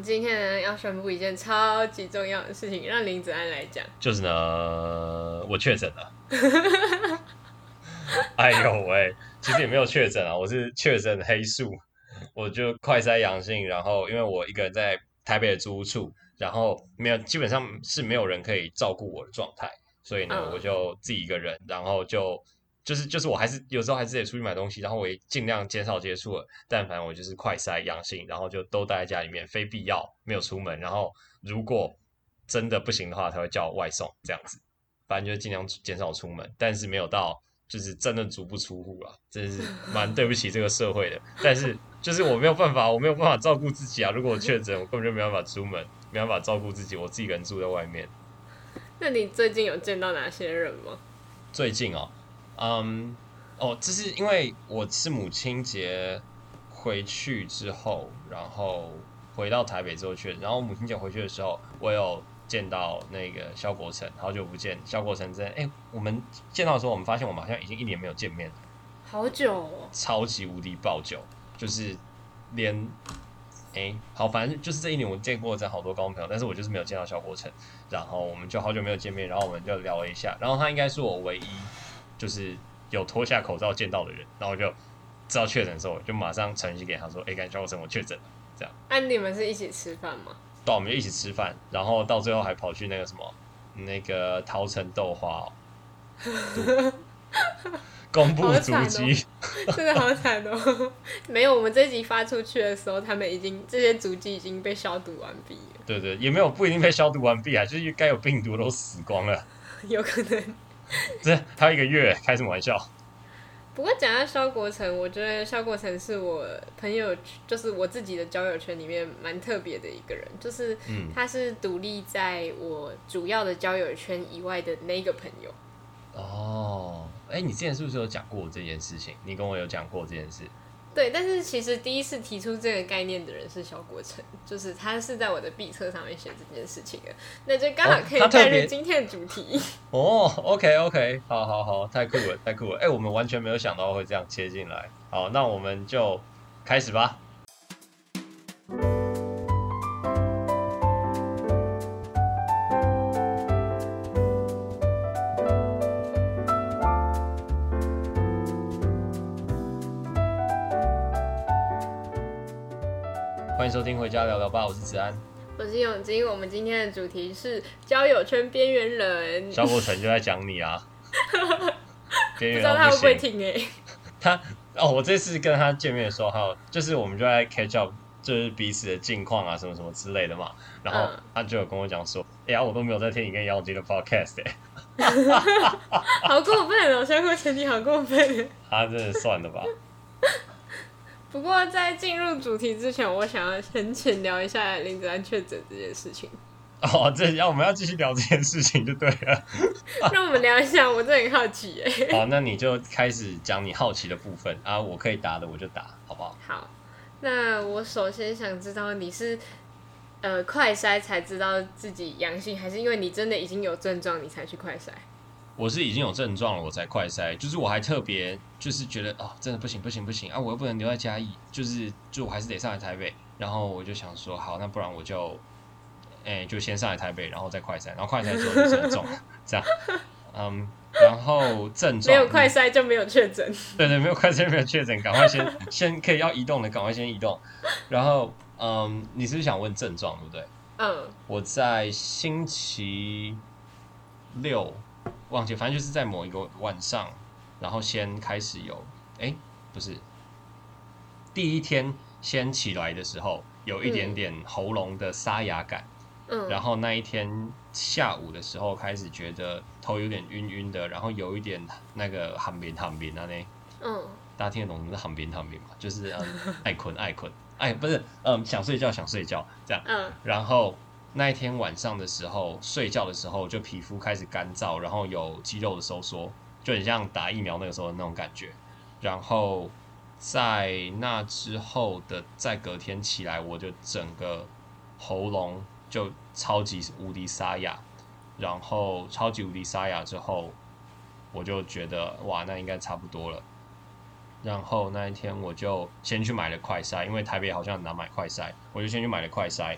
今天呢要宣布一件超级重要的事情，让林子安来讲。 就是呢，我确诊了。哎呦喂，其实也没有确诊啊，我是确诊黑数，我就快筛阳性，然后因为我一个人在台北的租屋处，然后没有，基本上是没有人可以照顾我的状态，所以呢，我就自己一个人，然后就是我还是有时候还是得出去买东西，然后我也尽量减少接触了，但反正我就是快筛阳性，然后就都待在家里面，非必要没有出门，然后如果真的不行的话，才会叫外送这样子，反正就尽量减少出门，但是没有到就是真的足不出户啦，真是蛮对不起这个社会的。但是就是我没有办法，我没有办法照顾自己啊！如果我确诊，我根本就没办法出门，没办法照顾自己，我自己一个人住在外面。 那你最近有见到哪些人吗？ 最近哦，这是因为我是母亲节回去之后，然后回到台北之后去，然后母亲节回去的时候，我有见到那个萧国成，好久不见，萧国成真，我们见到的时候，我们发现我们好像已经1年没有见面了， 好久哦， 超级无敌爆久，就是连好，反正就是这1年我见过真好多高中朋友，但是我就是没有见到萧国成，然后我们就好久没有见面，然后我们就聊了一下，然后他应该是我唯一就是有脱下口罩见到的人，然后我就知道确诊的时候，我就马上传讯给他说，干萧国成我确诊了，这样。 你们是一起吃饭吗？ 对，我们就一起吃饭，然后到最后还跑去那个什么那个桃城豆花公布足迹， 真的好惨哦！没有，我们这集发出去的时候，他们这些足迹已经被消毒完毕了。 对对，也没有不一定被消毒完毕啊，就是该有病毒都死光了。 有可能。 这还有1个月，开什么玩笑？ 不过讲到萧国成，我觉得萧国成是我朋友，就是我自己的交友圈里面蛮特别的一个人，就是他是独立在我主要的交友圈以外的那个朋友。 哦，你之前是不是有讲过这件事情？你跟我有讲过这件事。 对，但是其实第一次提出这个概念的人是萧国成，就是他是在我的毕册上面写这件事情的，那就刚好可以带入今天的主题。 OK， 好，太酷了，太酷了！我们完全没有想到会这样切进来。好，那我们就开始吧。欢迎收听《回家聊聊吧》，我是子安， 我是永金。我们今天的主题是交友圈边缘人。 萧国成就在讲你啊，边缘不知道他会不会听我这次跟他见面的时候，就是我们就在 catch up，就是彼此的近况啊，什么什么之类的嘛。然后他就有跟我讲说，我都没有在听你跟姚金的 podcast 好过分哦，萧国成你好过分。 他真的算了吧。 不过在进入主题之前，我想要先浅聊一下林子安确诊这件事情。 我们要继续聊这件事情就对了。 让我们聊一下，我真的很好奇耶。 好，那你就开始讲你好奇的部分啊，我可以答的我就答，好不好？ 好，那我首先想知道你是快筛才知道自己阳性，还是因为你真的已经有症状你才去快筛？ 我是已经有症状了，我才快筛，就是我还特别就是觉得真的不行啊，我又不能留在嘉义，就我还是得上来台北，然后我就想说，好，那不然我就就先上来台北，然后再快筛，然后快筛之后就症状，这样，然后症状没有快筛就没有确诊， 对，没有快筛没有确诊，赶快先可以要移动的，赶快先移动，然后你是不是想问症状对不对？我在星期6。忘记，反正就是在某一个晚上，然后先开始有，不是，第一天先起来的时候有一点点喉咙的沙哑感，然后那一天下午的时候开始觉得头有点晕晕的，然后有一点那个寒冰啊那，大家听得懂什么是寒冰吗？就是爱困，不是，想睡觉这样，然后。那一天晚上的时候，睡觉的时候就皮肤开始干燥，然后有肌肉的收缩，就很像打疫苗那个时候的那种感觉。然后在那之后的再隔天起来，我就整个喉咙就超级无敌沙哑，然后超级无敌沙哑之后，我就觉得哇，那应该差不多了。然后那一天我就先去买了快筛，因为台北好像很难买快筛，我就先去买了快筛。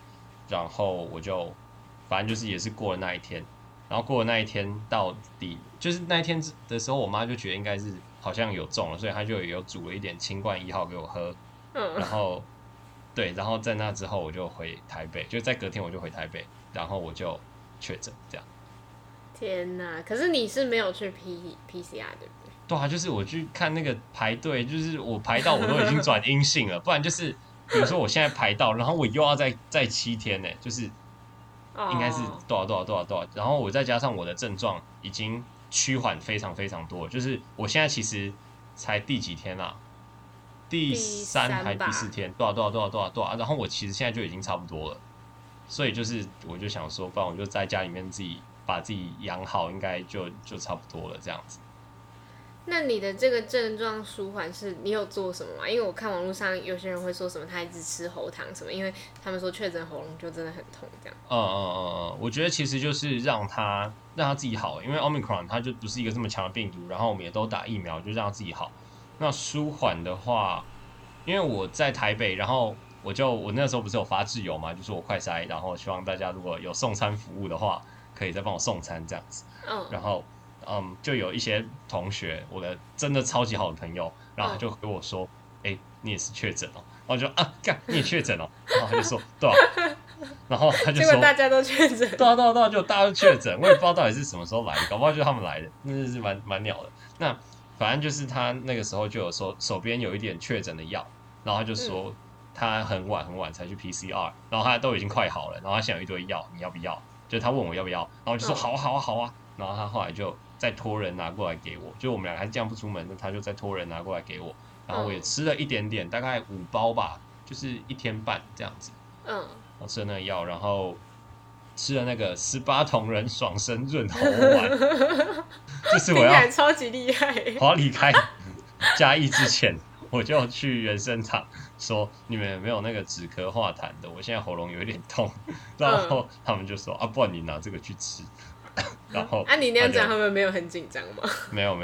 然后我就反正就是也是过了那一天，然后过了那一天到底就是那一天的时候，我妈就觉得应该是好像有中了，所以她就有煮了一点清冠1号给我喝，然后对，然后在那之后我就回台北，就在隔天我就回台北，然后我就确诊这样。 天哪！可是你是没有去 PCR 对不对？ 对啊，就是我去看那个排队，就是我排到我都已经转阴性了，不然就是比如说我现在排到，然后我又要再7天呢，就是应该是多少，然后我再加上我的症状已经趋缓非常非常多，就是我现在其实才第几天啊？第3还第4天，多少，然后我其实现在就已经差不多了，所以就是我就想说，不然我就在家里面自己把自己养好，应该就差不多了这样子。 那你的这个症状舒缓是你有做什么吗？因为我看网络上有些人会说什么他一直吃喉糖什么，因为他们说确诊喉咙就真的很痛这样。 我觉得其实就是让他自己好，因为 Omicron 它就不是一个这么强的病毒，然后我们也都打疫苗，就让他自己好。那舒缓的话，因为我在台北，然后我那时候不是有发挚友嘛，就是我快筛，然后希望大家如果有送餐服务的话，可以再帮我送餐这样子。然后就有一些同学，我的真的超级好的朋友，然后他就跟我说：“你也是确诊哦。”然后我就干，你也确诊哦。然后他就说：“对啊。”然后他就说：“ 结果大家都确诊。” 对啊，就大家都确诊，我也不知道到底是什么时候来的，搞不好就是他们来的，真的是蛮鸟的。那反正就是他那个时候就有说手边有一点确诊的药，然后他就说他很晚才去 PCR， 然后他都已经快好了，然后他现在有一堆药，你要不要？就他问我要不要，然后我就说好啊，然后他后来就再托人拿过来给我，就我们俩还这样不出门，他就再托人拿过来给我，然后我也吃了一点点，大概5包吧，就是1天半这样子。我吃了那个药，然后吃了那个18铜人爽身润喉丸，就是我要超级厉害。 我要离开嘉义之前，我就去原生堂说你们有没有那个止咳化痰的？我现在喉咙有点痛，然后他们就说不然你拿这个去吃。然后你那样讲，他们没有很紧张吗？ 没有。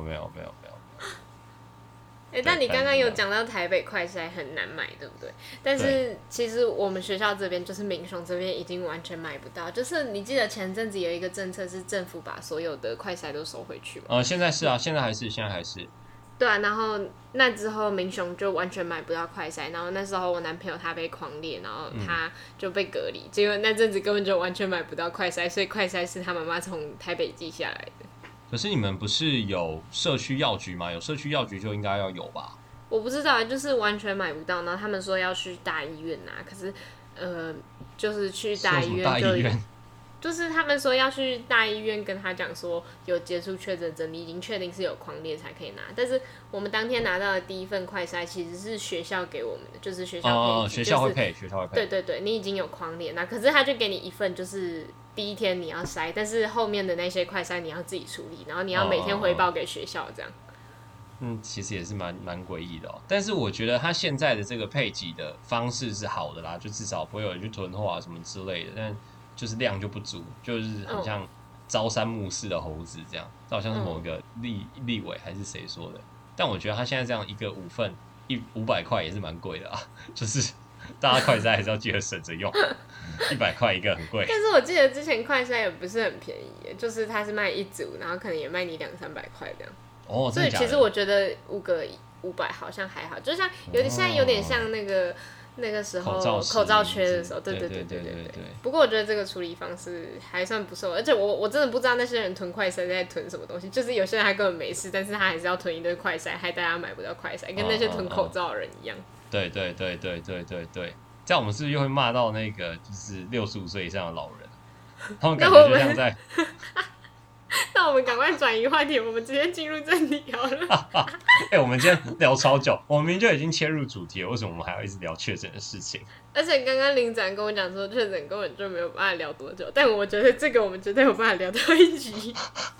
但你刚刚有讲到台北快筛很难买，对不对？但是其实我们学校这边就是民雄这边已经完全买不到。就是你记得前阵子有一个政策是政府把所有的快筛都收回去吗？ 现在是啊，现在还是。 对啊，然后那之后民雄就完全买不到快筛，然后那时候我男朋友他被匡列，然后他就被隔离，结果那阵子根本就完全买不到快筛，所以快筛是他妈妈从台北寄下来的。 可是你们不是有社区药局吗？有社区药局就应该要有吧？ 我不知道，就是完全买不到，然后他们说要去大医院拿，可是就是去大医院就是他们说要去大医院跟他讲说有接触确诊者，你已经确定是有匡列才可以拿。但是我们当天拿到的第一份快筛其实是学校给我们的，就是学校配， 学校会配， 对，你已经有匡列，那可是他就给你一份，就是第一天你要筛，但是后面的那些快筛你要自己处理，然后你要每天回报给学校这样。 其实也是蛮诡异的哦。但是我觉得他现在的这个配给的方式是好的啦，就至少不会有人去囤货什么之类的，但就是量就不足，就是很像朝三暮四的猴子这样，这好像是某一个立委还是谁说的。但我觉得他现在这样一个5份500块也是蛮贵的啊，就是大家快筛还是要记得省着用，100块一个很贵。 但是我记得之前快筛也不是很便宜耶，就是他是卖一组，然后可能也卖你200-300块这样。所以其实我觉得5个500好像还好，就像现在有点像那个时候口罩缺的时候，对。不过我觉得这个处理方式还算不错，而且我真的不知道那些人囤快筛在囤什么东西，就是有些人他根本没事，但是他还是要囤一堆快筛，害大家买不到快筛，跟那些囤口罩的人一样。对， 这样我们是不是又会骂到那个就是65岁以上的老人？他们感觉就像在那我们赶快转移话题，我们直接进入正题好了。 我们今天聊超久，我们明明就已经切入主题了，为什么我们还要一直聊确诊的事情？ 而且刚刚林展跟我讲说，确诊根本就没有办法聊多久，但我觉得这个我们绝对有办法聊到一集。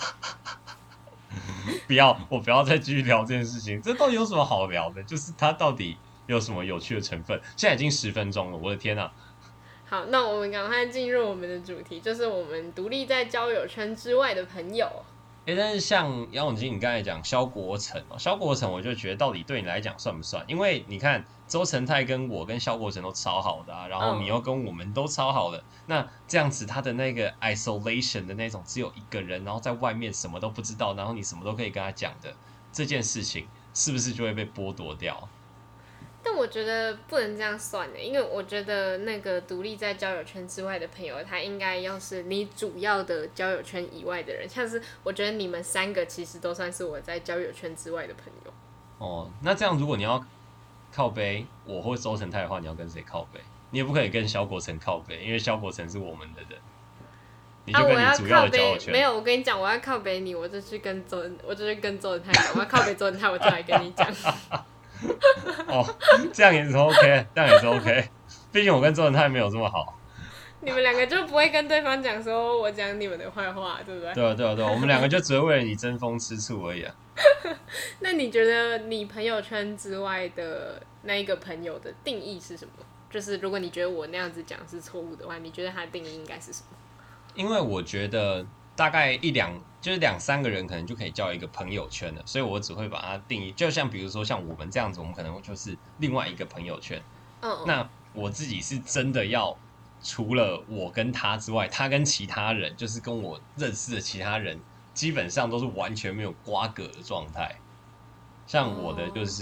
我不要再继续聊这件事情，这到底有什么好聊的？就是它到底有什么有趣的成分？现在已经10分钟了，我的天啊！ 好，那我们赶快进入我们的主题，就是我们独立在交友圈之外的朋友。 但是像杨永金你刚才讲萧国成萧国成我就觉得到底对你来讲算不算？因为你看周成泰跟我跟萧国成都超好的然后你又跟我们都超好的，那这样子他的那个 isolation 的那种只有一个人，然后在外面什么都不知道，然后你什么都可以跟他讲的这件事情，是不是就会被剥夺掉？ 但我觉得不能这样算的，因为我觉得那个独立在交友圈之外的朋友，他应该要是你主要的交友圈以外的人，像是我觉得你们3个其实都算是我在交友圈之外的朋友。 那这样如果你要靠背我或周成泰的话，你要跟谁靠背？你也不可以跟萧国成靠背，因为萧国成是我们的人。你就跟你主要的交友圈没有，我跟你讲，我要靠北你，我就去跟周成泰讲，我要靠北周成泰，我就来跟你讲。 这样也是 OK， 这样也是 OK。毕竟我跟周成泰没有这么好。 你们2个就不会跟对方讲说我讲你们的坏话，对不对？ 对啊，我们2个就只会为了你争风吃醋而已啊。 那你觉得你朋友圈之外的那一个朋友的定义是什么？就是如果你觉得我那样子讲是错误的话，你觉得他的定义应该是什么？ 因为我觉得大概就是2-3个人可能就可以叫一个朋友圈了，所以我只会把它定义，就像比如说像我们这样子，我们可能就是另外一个朋友圈。那我自己是真的要除了我跟他之外，他跟其他人，就是跟我认识的其他人，基本上都是完全没有瓜葛的状态。像我的就是，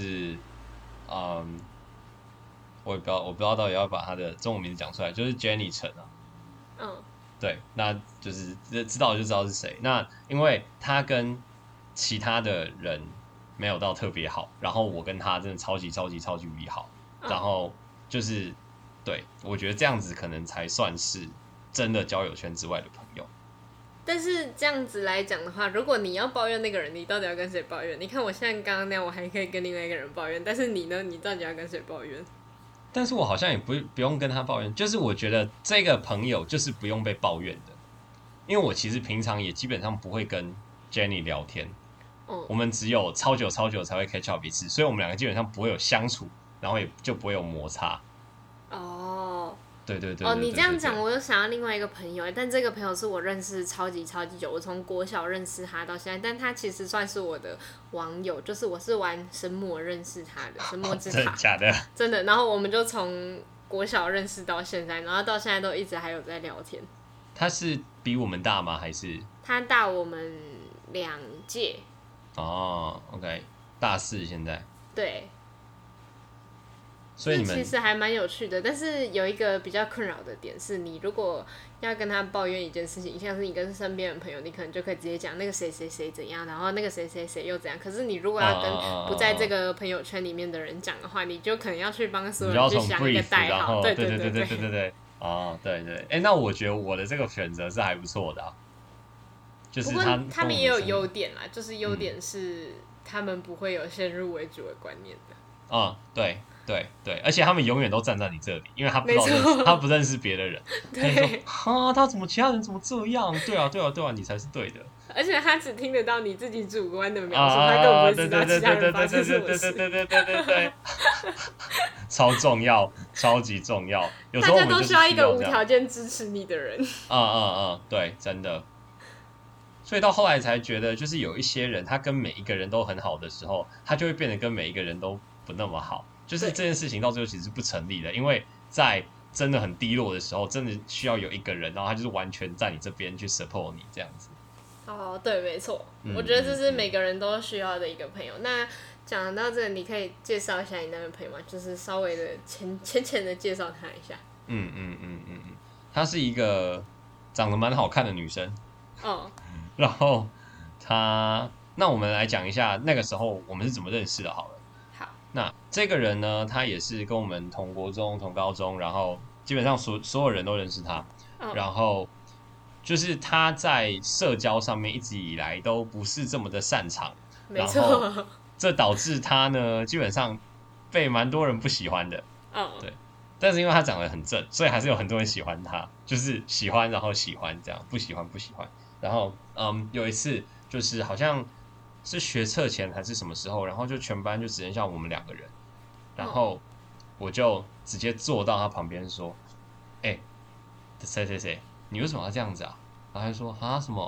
我不知道到底要把他的中文名字讲出来，就是 Jenny 陈对，那就是知道就知道是谁。那因为他跟其他的人没有到特别好，然后我跟他真的超级无敌好，然后就是对，我觉得这样子可能才算是真的交友圈之外的朋友。 但是这样子来讲的话，如果你要抱怨那个人，你到底要跟谁抱怨？你看我现在刚刚那样，我还可以跟另外一个人抱怨，但是你呢？你到底要跟谁抱怨？ 但是我好像也不用跟他抱怨，就是我觉得这个朋友就是不用被抱怨的，因为我其实平常也基本上不会跟 Jenny 聊天，我们只有超久才会 catch up 一次，所以我们2个基本上不会有相处，然后也就不会有摩擦。对， 你这样讲，我又想到另外一个朋友，但这个朋友是我认识超级久，我从国小认识他到现在，但他其实算是我的网友，就是我是玩神魔认识他的，神魔之塔。 真的假的？ 真的，然后我们就从国小认识到现在，然后到现在都一直还有在聊天。 他是比我们大吗？还是他大我们2届 ？OK， 大4现在。 对。 所以你们其实还蛮有趣的，但是有一个比较困扰的点是，你如果要跟他抱怨一件事情，像是你跟身边的朋友，你可能就可以直接讲那个谁怎样，然后那个谁又怎样。可是你如果要跟不在这个朋友圈里面的人讲的话，你就可能要去帮所有人去想一个代号。对。 对。那我觉得我的这个选择是还不错的就是他们也有优点啦，就是优点是他们不会有先入为主的观念的。 对，而且他们永远都站在你这里，因为他不认识别的人。 对， 他怎么其他人怎么这样？对啊，你才是对的。 而且他只听得到你自己主观的描述，他根本不会知道其他人发生什么事。 对，超重要，超级重要。有时候大家都需要一个无条件支持你的人。 对，真的。所以到后来才觉得，就是有一些人，他跟每一个人都很好的时候，他就会变得跟每一个人都不那么好。就是这件事情到最后其实是不成立的，因为在真的很低落的时候，真的需要有一个人，然后他就是完全在你这边去 support 你这样子。 对，没错，我觉得这是每个人都需要的一个朋友。那讲到这个，你可以介绍一下你那个朋友吗？就是稍微的浅的介绍他一下。 她是一个长得蛮好看的女生。然后那我们来讲一下那个时候我们是怎么认识的好了。那这个人呢，他也是跟我们同国中、同高中，然后基本上所有人都认识他。然后就是他在社交上面一直以来都不是这么的擅长， 没错， 这导致他呢基本上被蛮多人不喜欢的。对。但是因为他长得很正，所以还是有很多人喜欢他，就是喜欢然后喜欢这样，不喜欢。然后有一次就是好像是学测前还是什么时候，然后就全班就只剩下我们2个人，然后我就直接坐到他旁边说：“谁，你为什么要这样子啊？”然后他就说：“什么？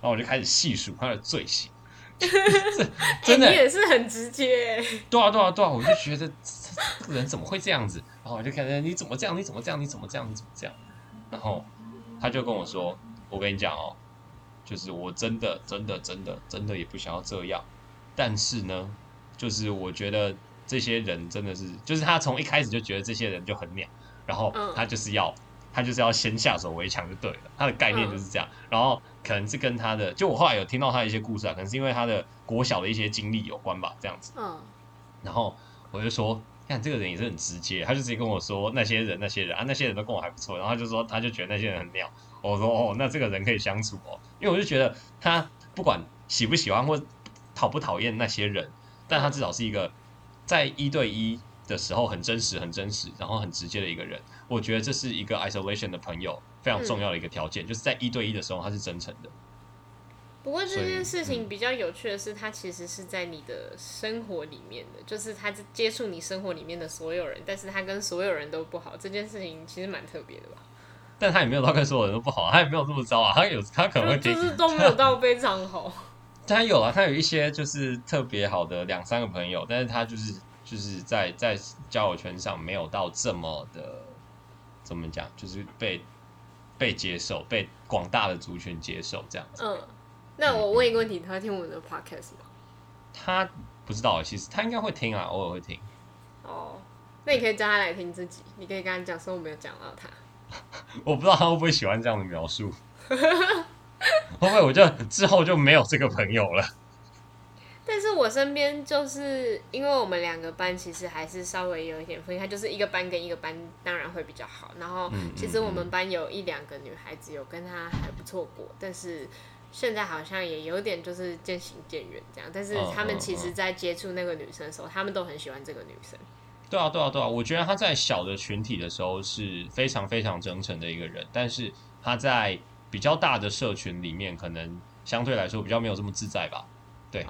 然后我就开始细数他的罪行。真的、 你也是很直接。 对啊，我就觉得这个人怎么会这样子？然后我就看见你怎么这样，你怎么这样，你怎么这样，你怎么这样？然后他就跟我说：“我跟你讲哦，就是我真的也不想要这样，但是呢，就是我觉得这些人真的是，就是他从一开始就觉得这些人就很鸟，然后他就是要先下手为强就对了，他的概念就是这样。然后可能是跟他的，就我后来有听到他的一些故事啊，可能是因为他的国小的一些经历有关吧，这样子。然后我就说，看这个人也是很直接，他就直接跟我说那些人啊，那些人都跟我还不错，然后他就说他就觉得那些人很鸟。我说哦，那这个人可以相处哦，因为我就觉得他不管喜不喜欢或讨不讨厌那些人，但他至少是一个在1对1的时候很真实、然后很直接的一个人。我觉得这是一个 isolation 的朋友非常重要的一个条件，就是在1对1的时候他是真诚的。 不过这件事情比较有趣的是，他其实是在你的生活里面的，就是他接触你生活里面的所有人，但是他跟所有人都不好，这件事情其实蛮特别的吧。 但他也没有到跟所有人都不好，他也没有这么糟啊，他可能会就是都没有到非常好。 他有啊，他有一些就是特别好的2-3个朋友，但是他就是在交友圈上没有到这么的怎么讲，就是被接受，被广大的族群接受这样子。 那我问一个问题，他会听我们的 podcast 吗？ 他不知道，其实他应该会听啊，偶尔会听。 那你可以叫他来听自己，你可以跟他讲说我没有讲到他。 我不知道他会不会喜欢这样的描述，会不会我就之后就没有这个朋友了？ 但是我身边就是因为我们2个班其实还是稍微有一点分开，就是一个班跟一个班当然会比较好。然后其实我们班有1-2个女孩子有跟他还不错过，但是现在好像也有点就是渐行渐远这样。但是他们其实在接触那个女生的时候，他们都很喜欢这个女生。 对啊，我觉得他在小的群体的时候是非常非常真诚的一个人，但是他在比较大的社群里面，可能相对来说比较没有这么自在吧。对，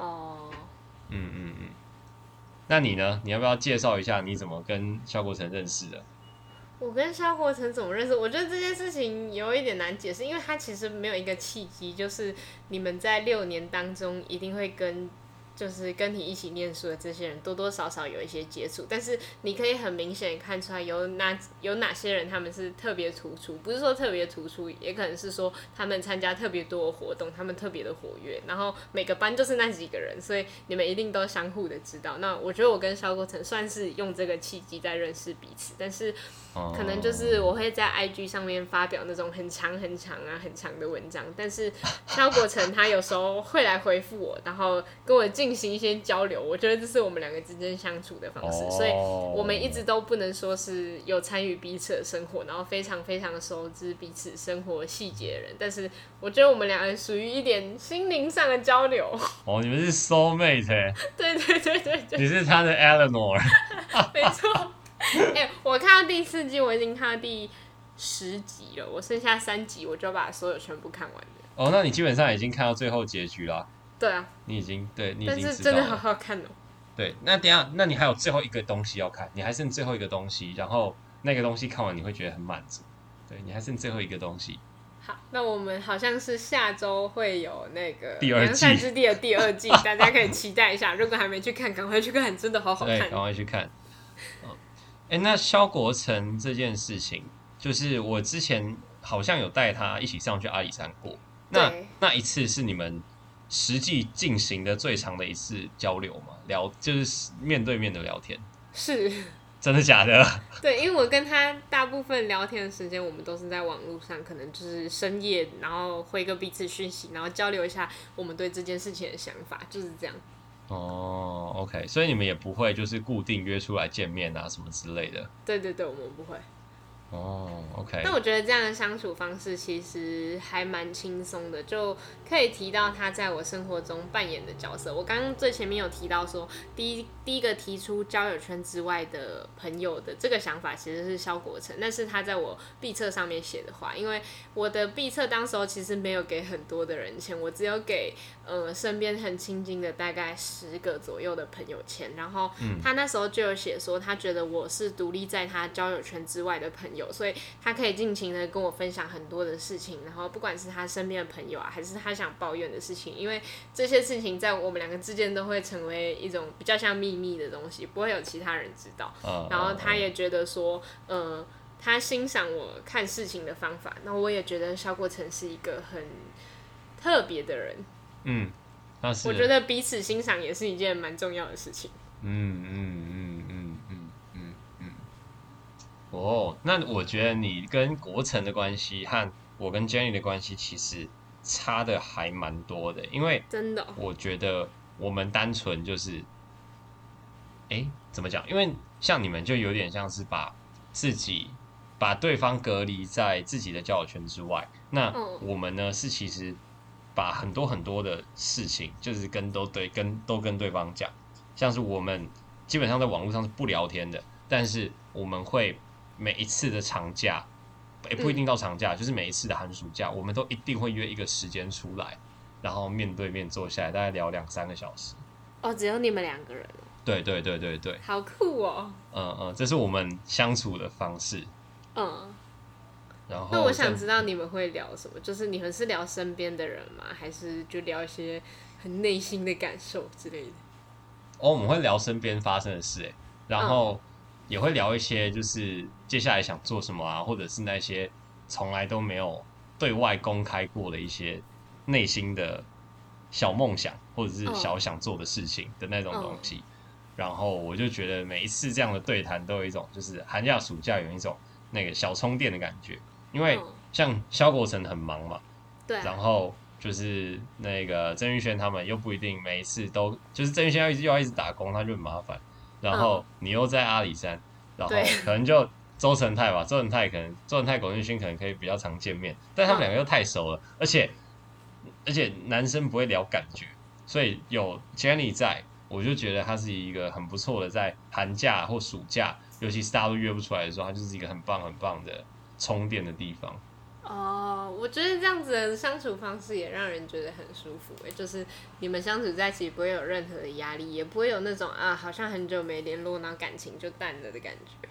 那你呢？你要不要介绍一下你怎么跟萧国成认识的？ 我跟萧国成怎么认识？我觉得这件事情有一点难解释，因为他其实没有一个契机，就是你们在6年当中一定会就是跟你一起念书的这些人多多少少有一些接触，但是你可以很明显看出来有哪些人他们是特别突出，不是说特别突出，也可能是说他们参加特别多的活动，他们特别的活跃，然后每个班就是那几个人，所以你们一定都相互的知道。那我觉得我跟萧国成算是用这个契机在认识彼此，但是可能就是我会在 IG 上面发表那种很长的文章，但是萧国成他有时候会来回复我，然后跟我进行一些交流，我觉得这是我们2个之间相处的方式，所以我们一直都不能说是有参与彼此的生活，然后非常非常熟知彼此生活细节的人，但是我觉得我们2人属于一点心灵上的交流。 你们是 soul mate 对， 你是他的 Eleanor。 没错。我看到第4季，我已经看到第10集了，我剩下3集我就把所有全部看完了。 那你基本上已经看到最后结局了。 对啊， 你已经知道了。 但是真的好好看哦。 对，那等一下，那你还有最后一个东西要看，你还剩最后一个东西，然后那个东西看完你会觉得很满足。对，你还剩最后一个东西。 好，那我们好像是下周会有那个第2季《 良善之地》的第2季，大家可以期待一下。如果还没去看，赶快去看，真的好好看。 对，赶快去看。那萧国成这件事情，就是我之前好像有带他一起上去阿里山过。那一次是你们实际进行的最长的一次交流嘛？就是面对面的聊天。 是。 真的假的？ 对，因为我跟他大部分聊天的时间，我们都是在网络上，可能就是深夜，然后回个彼此讯息，然后交流一下我们对这件事情的想法，就是这样。 OK， 所以你们也不会就是固定约出来见面啊什么之类的。 对，我们不会。 OK。 但我觉得这样的相处方式其实还蛮轻松的，就可以提到他在我生活中扮演的角色。我刚刚最前面有提到说，第第一个提出交友圈之外的朋友的这个想法其实是萧国成，那是他在我毕册上面写的话。因为我的毕册当时候其实没有给很多的人签，我只有给身边很亲近的大概10个左右的朋友签。然后他那时候就有写说，他觉得我是独立在他交友圈之外的朋友，所以他可以尽情的跟我分享很多的事情，然后不管是他身边的朋友啊，还是他想抱怨的事情，因为这些事情在我们两个之间都会成为一种比较像秘密的东西，不会有其他人知道。然后他也觉得说，他欣赏我看事情的方法，那我也觉得萧国成是一个很特别的人。我觉得彼此欣赏也是一件蛮重要的事情。 那我觉得你跟国成的关系和我跟 Jenny 的关系其实差的还蛮多的，因为真的， 我觉得我们单纯就是，怎么讲？因为像你们就有点像是把对方隔离在自己的交友圈之外，那我们呢是其实把很多很多的事情就是都跟对方讲，像是我们基本上在网络上是不聊天的，但是我们会每一次的长假。不一定到长假，就是每一次的寒暑假，我们都一定会约一个时间出来，然后面对面坐下来，大概聊2-3个小时。 只有你们2个人。 对， 好酷哦。 这是我们相处的方式。然后， 那我想知道你们会聊什么？就是你们是聊身边的人吗？还是就聊一些很内心的感受之类的？ 我们会聊身边发生的事，然后。也会聊一些就是接下来想做什么啊，或者是那些从来都没有对外公开过的一些内心的小梦想，或者是想做的事情的那种东西。然后我就觉得每一次这样的对谈都有一种就是寒假暑假有一种那个小充电的感觉，因为像萧国成很忙嘛， 对， 然后就是那个曾玉轩他们又不一定每一次都就是曾玉轩要一直打工，他就很麻烦。然后你又在阿里山，然后可能就周成泰吧，周成泰、龚俊勋可能可以比较常见面，但他们2个又太熟了，而且男生不会聊感觉，所以有 Jenny 在，我就觉得他是一个很不错的，在寒假或暑假，尤其是大家都约不出来的时候，他就是一个很棒的充电的地方。 我觉得这样子的相处方式也让人觉得很舒服，就是你们相处在一起不会有任何的压力，也不会有那种好像很久没联络，然后感情就淡了的感觉。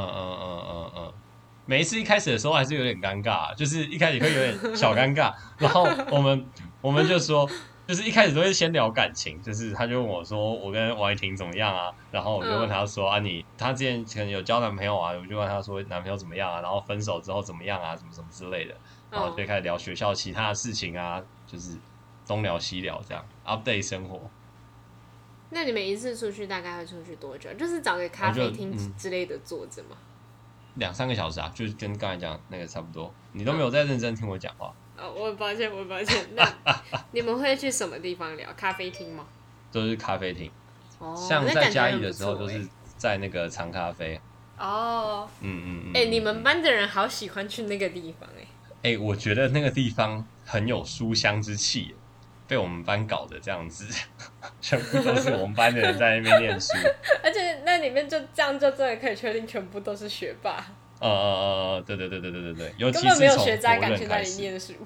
每一次一开始的时候还是有点尴尬，就是一开始会有点小尴尬，然后我们就说。就是一开始都会先聊感情，就是他就问我说我跟王一婷怎么样啊，然后我就问他说他之前可能有交男朋友啊，我就问他说男朋友怎么样啊，然后分手之后怎么样啊，什么什么之类的，然后就开始聊学校其他的事情啊，就是东聊西聊这样 update 生活。 那你们一次出去大概会出去多久？就是找个咖啡厅之类的坐着吗 ？2-3个小时啊，就是跟刚才讲那个差不多。你都没有在认真听我讲话。 我很抱歉。那你们会去什么地方聊？咖啡厅吗？ 都是咖啡厅。像在嘉义的时候，都是在那个长咖啡。 你们班的人好喜欢去那个地方我觉得那个地方很有书香之气，被我们班搞的这样子，全部都是我们班的人在那边念书。 而且那里面就这样就真的可以确定全部都是学霸。 对，尤其是根本没有学渣敢去那里念书。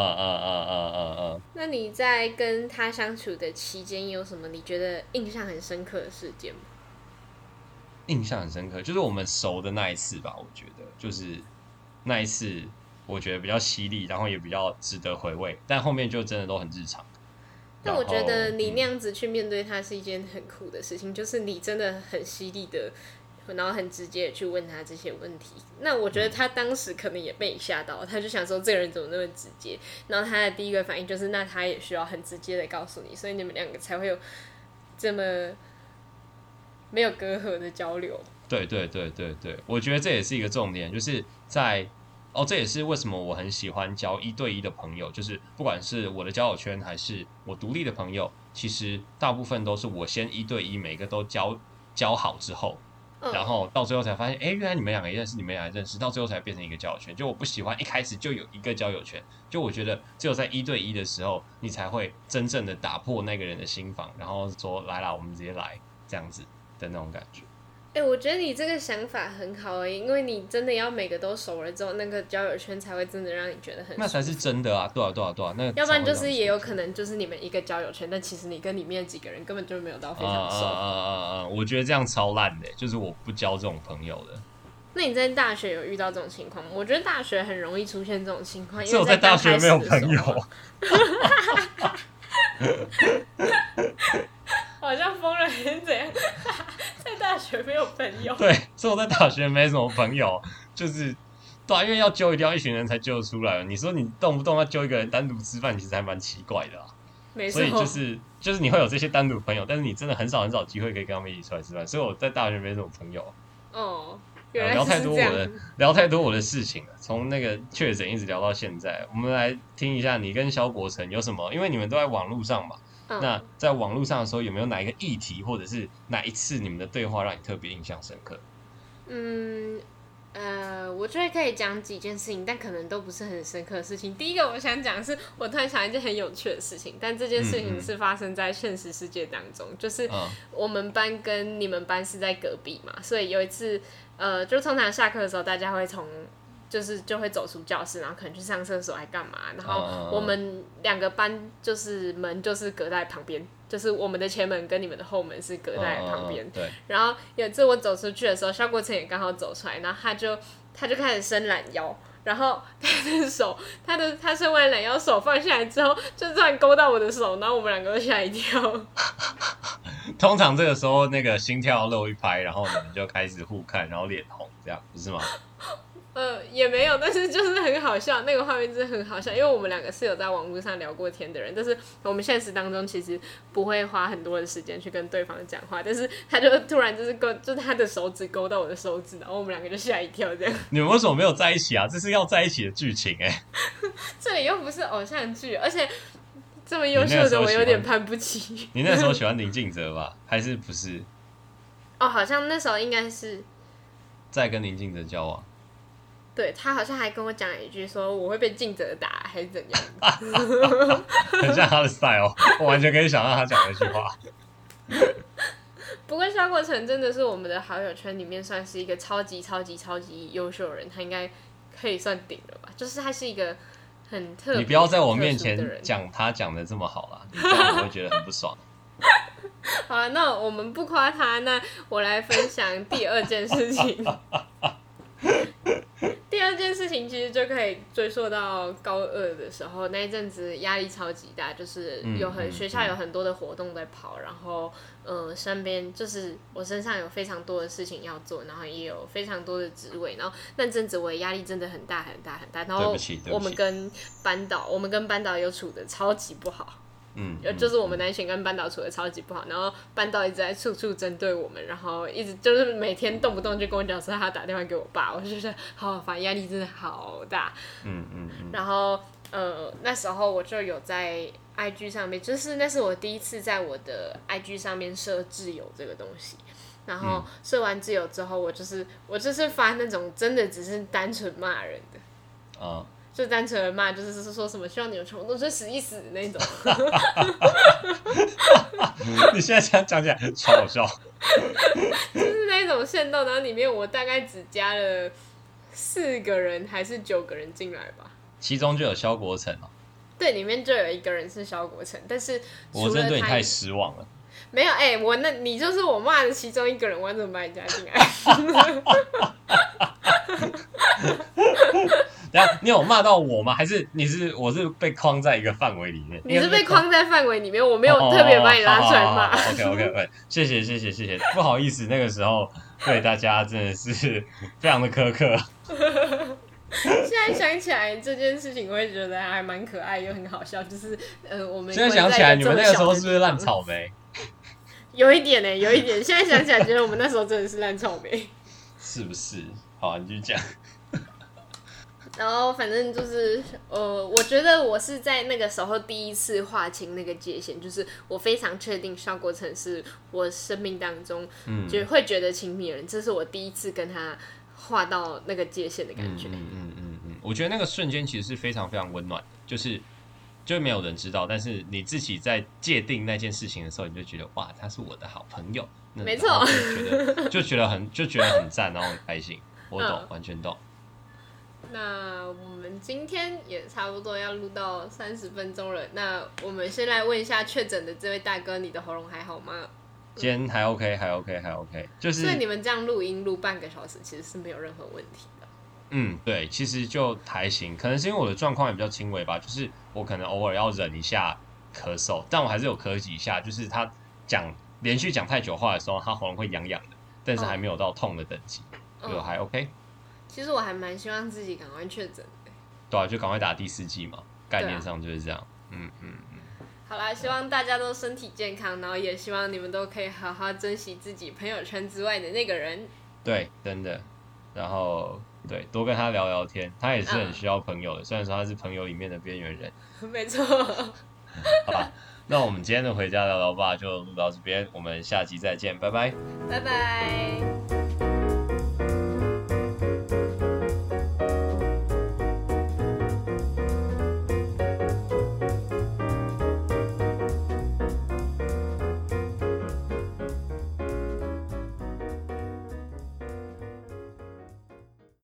那你在跟他相处的期间，有什么你觉得印象很深刻的事件吗？ 印象很深刻，就是我们熟的那一次吧。我觉得就是那一次，我觉得比较犀利，然后也比较值得回味。但后面就真的都很日常。 但我觉得你那样子去面对他是一件很酷的事情，就是你真的很犀利的。然后很直接的去问他这些问题，那我觉得他当时可能也被你吓到，他就想说这个人怎么那么直接，然后他的第一个反应就是那他也需要很直接的告诉你，所以你们2个才会有这么没有隔阂的交流。 对，我觉得这也是一个重点，就是在这也是为什么我很喜欢交1对1的朋友，就是不管是我的交友圈还是我独立的朋友，其实大部分都是我先1对1，每个都交好之后。然后到最后才发现，原来你们2个也认识，你们2个认识，到最后才变成一个交友圈。就我不喜欢一开始就有一个交友圈，就我觉得只有在1对1的时候，你才会真正的打破那个人的心防，然后说来啦，我们直接来这样子的那种感觉。 我觉得你这个想法很好因为你真的要每个都熟了之后，那个交友圈才会真的让你觉得很舒服， 那才是真的啊！对啊，那要不然就是也有可能就是你们一个交友圈，但其实你跟里面几个人根本就没有到非常熟。 我觉得这样超烂的，就是我不交这种朋友的。 那你在大学有遇到这种情况吗？我觉得大学很容易出现这种情况，因为我在大学没有朋友。 好像疯了还是怎样？在大学没有朋友。 对，所以我在大学没什么朋友，就是对啊，因为要揪一定要一群人才揪得出来。你说你动不动要揪一个人单独吃饭，其实还蛮奇怪的啊。 没错。 所以就是你会有这些单独朋友，但是你真的很少机会可以跟他们一起出来吃饭。所以我在大学没什么朋友。 哦， 聊太多我的事情了，从那个确诊一直聊到现在。我们来听一下你跟萧国成有什么，因为你们都在网络上嘛。那在网络上的时候，有没有哪一个议题，或者是哪一次你们的对话让你特别印象深刻？ 我觉得可以讲几件事情，但可能都不是很深刻的事情。第一个我想讲的是，我突然想一件很有趣的事情，但这件事情是发生在现实世界当中，就是我们班跟你们班是在隔壁嘛，所以有一次，就通常下课的时候，大家会就会走出教室，然后可能去上厕所还干嘛，然后我们两个班就是门就是隔在旁边，就是我们的前门跟你们的后门是隔在旁边。 对。 然后有一次我走出去的时候，萧国成也刚好走出来，然后他就开始伸懒腰，然后他伸完懒腰手放下来之后，就突然勾到我的手，然后我们两个都吓一跳。 通常这个时候那个心跳漏一拍，然后你们就开始互看，然后脸红，这样不是吗？ 也没有，但是就是很好笑，那个画面真的很好笑，因为我们两个是有在网络上聊过天的人，但是我们现实当中其实不会花很多的时间去跟对方讲话，但是他就突然就是他的手指勾到我的手指，然后我们两个就吓一跳这样。 你们为什么没有在一起啊？这是要在一起的剧情这里又不是偶像剧，而且这么优秀的我有点攀不起。 你那时候喜欢林敬哲吧？还是不是？ 好像那时候应该是在跟林敬哲交往。 对，他好像还跟我讲了一句说我会被敬哲打还是怎样。 很像他的 style， 我完全可以想到他讲那句话。 不过萧国成真的是我们的好友圈里面算是一个超级超级超级优秀的人，他应该可以算顶了吧，就是他是一个很特别你不要在我面前讲他讲的这么好啦，你这样我会觉得很不爽。 好了，那我们不夸他，那我来分享第二件事情。第二件事情其实就可以追溯到高二的时候，那一阵子压力超级大，就是学校有很多的活动在跑，然后身边就是我身上有非常多的事情要做，然后也有非常多的职位，然后那阵子我的压力真的很大很大很大，然后我们跟班导又处得超级不好。就是我们南选跟班导处的超级不好，然后班导一直在处处针对我们，然后一直就是每天动不动就跟我讲说他打电话给我爸，我就觉得好烦，压力真的好大。然后那时候我就有在 IG 上面，就是那是我第一次在我的 IG 上面设挚友这个东西。然后设完挚友之后，我就是发那种真的只是单纯骂人的。就单纯的骂，就是说什么希望你有穷都是死一死的那种。 你现在讲起来超好笑。 就是那种限动，然后里面我大概只加了4个人还是9个人进来吧。 其中就有萧国成哦。 对，里面就有1个人是萧国成，但是我真的对你太失望了。 没有你就是我骂的其中1个人，我怎么把你加进来？ 你有骂到我吗？还是我是被框在一个范围里面？ 你是被框在范围里面，我没有特别把你拉出来骂。 OK， 谢谢，不好意思，那个时候对大家真的是非常的苛刻。 现在想起来这件事情，我会觉得还蛮可爱又很好笑。就是我们现在想起来，你们那个时候是不是烂草莓？ 有一点有一点。现在想起来，觉得我们那时候真的是烂草莓， 是不是？好，你继续讲。 然后反正就是我觉得我是在那个时候第一次划清那个界限，就是我非常确定萧国成是我生命当中会觉得亲密的人，这是我第一次跟他划到那个界限的感觉。 我觉得那个瞬间其实是非常非常温暖的，就没有人知道，但是你自己在界定那件事情的时候，你就觉得哇，他是我的好朋友， 没错， 就觉得很赞，然后很开心。我懂，完全懂。 那我们今天也差不多要录到30分钟了。那我们先来问一下确诊的这位大哥，你的喉咙还好吗？ 今天还 OK， 还 OK， 还 OK。就是， 所以你们这样录音录半个小时，其实是没有任何问题的。 对，其实就还行，可能是因为我的状况也比较轻微吧，就是我可能偶尔要忍一下咳嗽，但我还是有咳几下，就是他连续讲太久话的时候，他喉咙会痒痒的，但是还没有到痛的等级，就还 OK。 其实我还蛮希望自己赶快确诊的。 对啊，就赶快打第4剂嘛，概念上就是这样。 好啦，希望大家都身体健康，然后也希望你们都可以好好珍惜自己朋友圈之外的那个人。 对，真的。然后对，多跟他聊聊天，他也是很需要朋友的，虽然说他是朋友里面的边缘人。 没错。 好吧，那我们今天的回家聊聊吧就录到这边，我们下集再见，拜拜。 拜拜。